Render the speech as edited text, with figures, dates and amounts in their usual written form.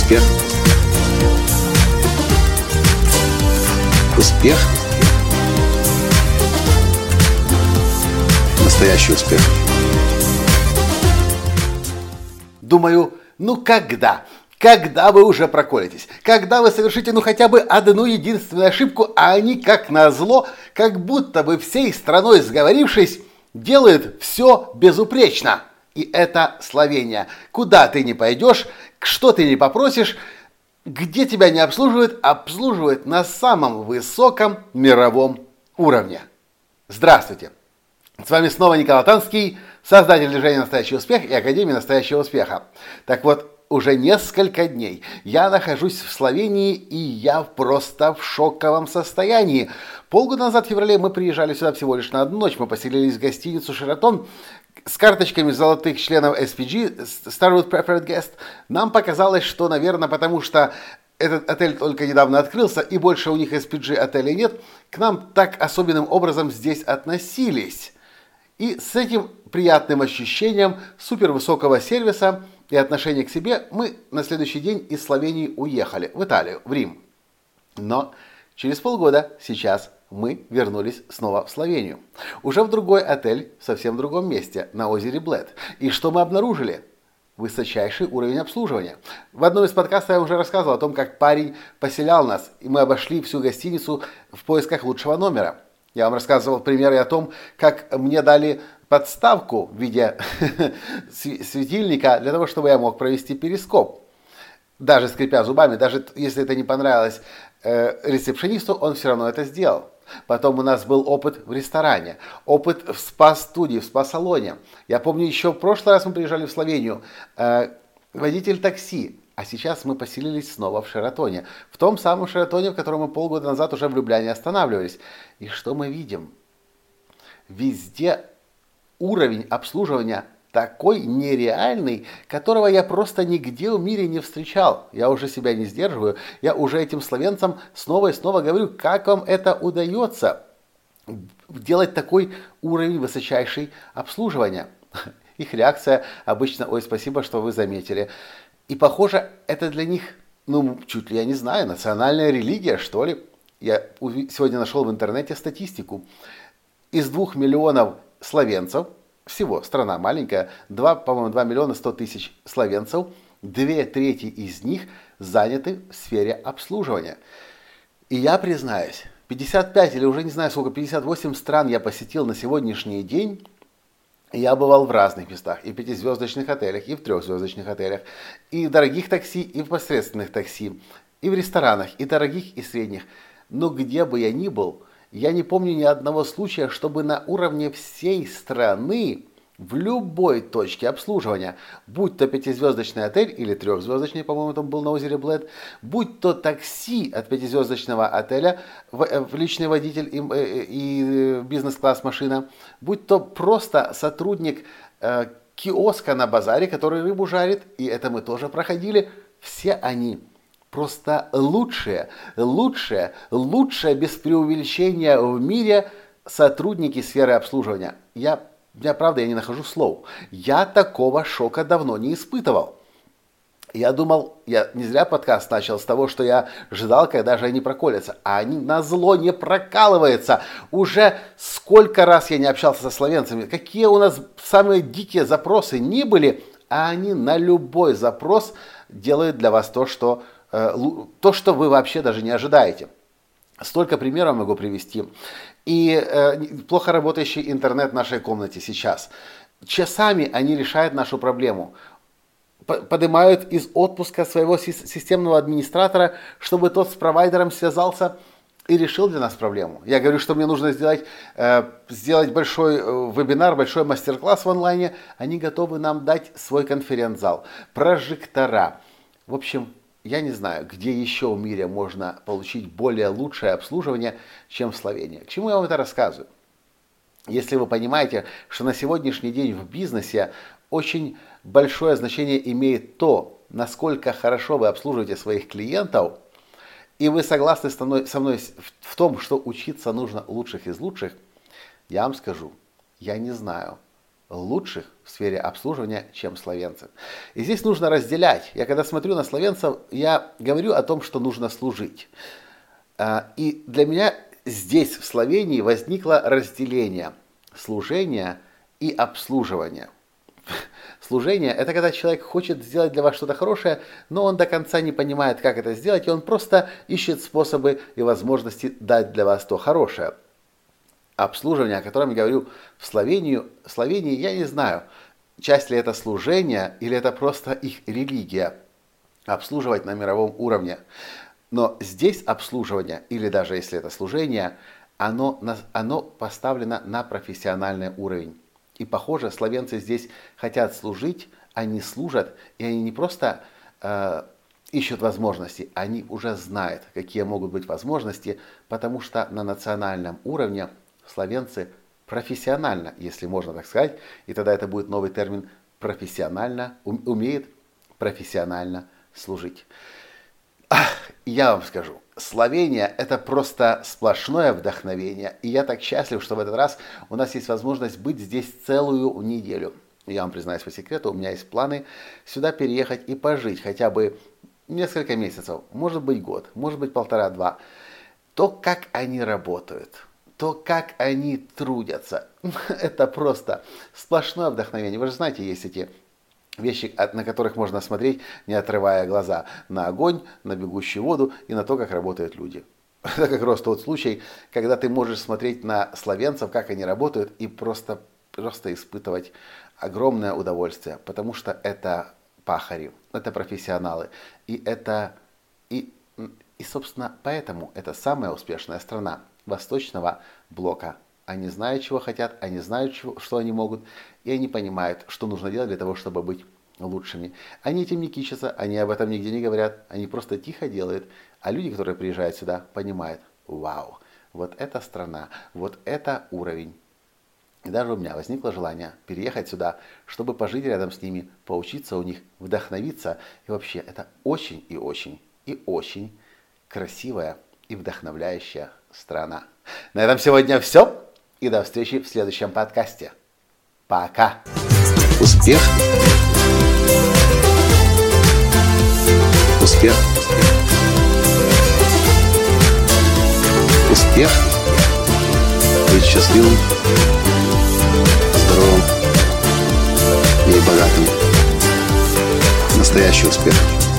Успех. Успех. Настоящий успех. Думаю, когда? Когда вы уже проколетесь? Когда вы совершите хотя бы одну единственную ошибку, а они, как назло, как будто бы всей страной сговорившись, делают все безупречно. И это Словения. Куда ты не пойдешь, что ты не попросишь, где тебя не обслуживают на самом высоком мировом уровне. Здравствуйте! С вами снова Николай Танский, создатель движения «Настоящий успех» и Академии настоящего успеха. Так вот, уже несколько дней я нахожусь в Словении, и я просто в шоковом состоянии. Полгода назад, в феврале, мы приезжали сюда всего лишь на одну ночь. Мы поселились в гостиницу «Шератон» с карточками золотых членов SPG, Starwood Preferred Guest. Нам показалось, что, наверное, потому что этот отель только недавно открылся, и больше у них SPG отелей нет, к нам так особенным образом здесь относились. И с этим приятным ощущением супервысокого сервиса и отношения к себе мы на следующий день из Словении уехали в Италию, в Рим. Но через полгода сейчас мы вернулись снова в Словению. Уже в другой отель, в совсем другом месте, на озере Блед. И что мы обнаружили? Высочайший уровень обслуживания. В одном из подкастов я уже рассказывал о том, как парень поселял нас, и мы обошли всю гостиницу в поисках лучшего номера. Я вам рассказывал примеры о том, как мне дали подставку в виде светильника для того, чтобы я мог провести перископ. Даже скрипя зубами, даже если это не понравилось ресепшенисту, он все равно это сделал. Потом у нас был опыт в ресторане, опыт в спа-студии, в спа-салоне. Я помню, еще в прошлый раз мы приезжали в Словению, водитель такси. А сейчас мы поселились снова в Шератоне. В том самом Шератоне, в котором мы полгода назад уже в Любляне останавливались. И что мы видим? Везде уровень обслуживания такой нереальный, которого я просто нигде в мире не встречал. Я уже себя не сдерживаю. Я уже этим словенцам снова и снова говорю, как вам это удается делать такой уровень высочайший обслуживания. Их реакция обычно: ой, спасибо, что вы заметили. И похоже, это для них, чуть ли, я не знаю, национальная религия, что ли. Я сегодня нашел в интернете статистику. Из 2 миллионов словенцев, всего страна маленькая, 2 миллиона 100 тысяч словенцев, 2/3 из них заняты в сфере обслуживания. И я признаюсь, 55 или уже не знаю сколько, 58 стран я посетил на сегодняшний день. Я бывал в разных местах, и в 5-звездочных отелях, и в 3-звездочных отелях, и в дорогих такси, и в посредственных такси, и в ресторанах, и дорогих, и средних. Но где бы я ни был, я не помню ни одного случая, чтобы на уровне всей страны, в любой точке обслуживания, будь то 5-звездочный отель или 3-звездочный, по-моему, там был на озере Блед, будь то такси от 5-звездочного отеля, в личный водитель и бизнес-класс машина, будь то просто сотрудник киоска на базаре, который рыбу жарит, и это мы тоже проходили, все они просто лучшие без преувеличения в мире сотрудники сферы обслуживания. Я не нахожу слов. Я такого шока давно не испытывал. Я думал, я не зря подкаст начал с того, что я ждал, когда же они проколятся. А они назло не прокалываются. Уже сколько раз я не общался со словенцами, какие у нас самые дикие запросы ни были, а они на любой запрос делают для вас то, что вы вообще даже не ожидаете. Столько примеров могу привести. И плохо работающий интернет в нашей комнате сейчас. Часами они решают нашу проблему. Поднимают из отпуска своего системного администратора, чтобы тот с провайдером связался и решил для нас проблему. Я говорю, что мне нужно сделать большой вебинар, большой мастер-класс в онлайне. Они готовы нам дать свой конференц-зал, прожектора. В общем, я не знаю, где еще в мире можно получить более лучшее обслуживание, чем в Словении. К чему я вам это рассказываю? Если вы понимаете, что на сегодняшний день в бизнесе очень большое значение имеет то, насколько хорошо вы обслуживаете своих клиентов, и вы согласны со мной в том, что учиться нужно лучших из лучших, я вам скажу, я не знаю, лучших в сфере обслуживания, чем словенцы. И здесь нужно разделять. Я когда смотрю на словенцев, я говорю о том, что нужно служить. И для меня здесь, в Словении, возникло разделение служения и обслуживания. Служение – это когда человек хочет сделать для вас что-то хорошее, но он до конца не понимает, как это сделать, и он просто ищет способы и возможности дать для вас то хорошее. Обслуживание, о котором я говорю в Словении, я не знаю, часть ли это служение или это просто их религия – обслуживать на мировом уровне. Но здесь обслуживание, или даже если это служение, оно поставлено на профессиональный уровень. И похоже, словенцы здесь хотят служить, они служат, и они не просто ищут возможности, они уже знают, какие могут быть возможности, потому что на национальном уровне словенцы профессионально, если можно так сказать, и тогда это будет новый термин, профессионально, умеет профессионально служить. Я вам скажу, Словения – это просто сплошное вдохновение. И я так счастлив, что в этот раз у нас есть возможность быть здесь целую неделю. Я вам признаюсь по секрету, у меня есть планы сюда переехать и пожить хотя бы несколько месяцев, может быть год, может быть 1,5-2. То, как они работают, то, как они трудятся, это просто сплошное вдохновение. Вы же знаете, есть эти вещи, на которых можно смотреть, не отрывая глаза, на огонь, на бегущую воду и на то, как работают люди. Это как раз тот случай, когда ты можешь смотреть на словенцев, как они работают, и просто испытывать огромное удовольствие, потому что это пахари, это профессионалы, и собственно, поэтому это самая успешная страна Восточного блока. Они знают, чего хотят, они знают, что они могут, и они понимают, что нужно делать для того, чтобы быть лучшими. Они этим не кичатся, они об этом нигде не говорят, они просто тихо делают. А люди, которые приезжают сюда, понимают, вау, вот эта страна, вот это уровень. И даже у меня возникло желание переехать сюда, чтобы пожить рядом с ними, поучиться у них, вдохновиться. И вообще, это очень и очень и очень красивая и вдохновляющая страна. На этом сегодня все. И до встречи в следующем подкасте. Пока. Успех. Успех. Успех. Быть счастливым, здоровым и богатым. Настоящий успех.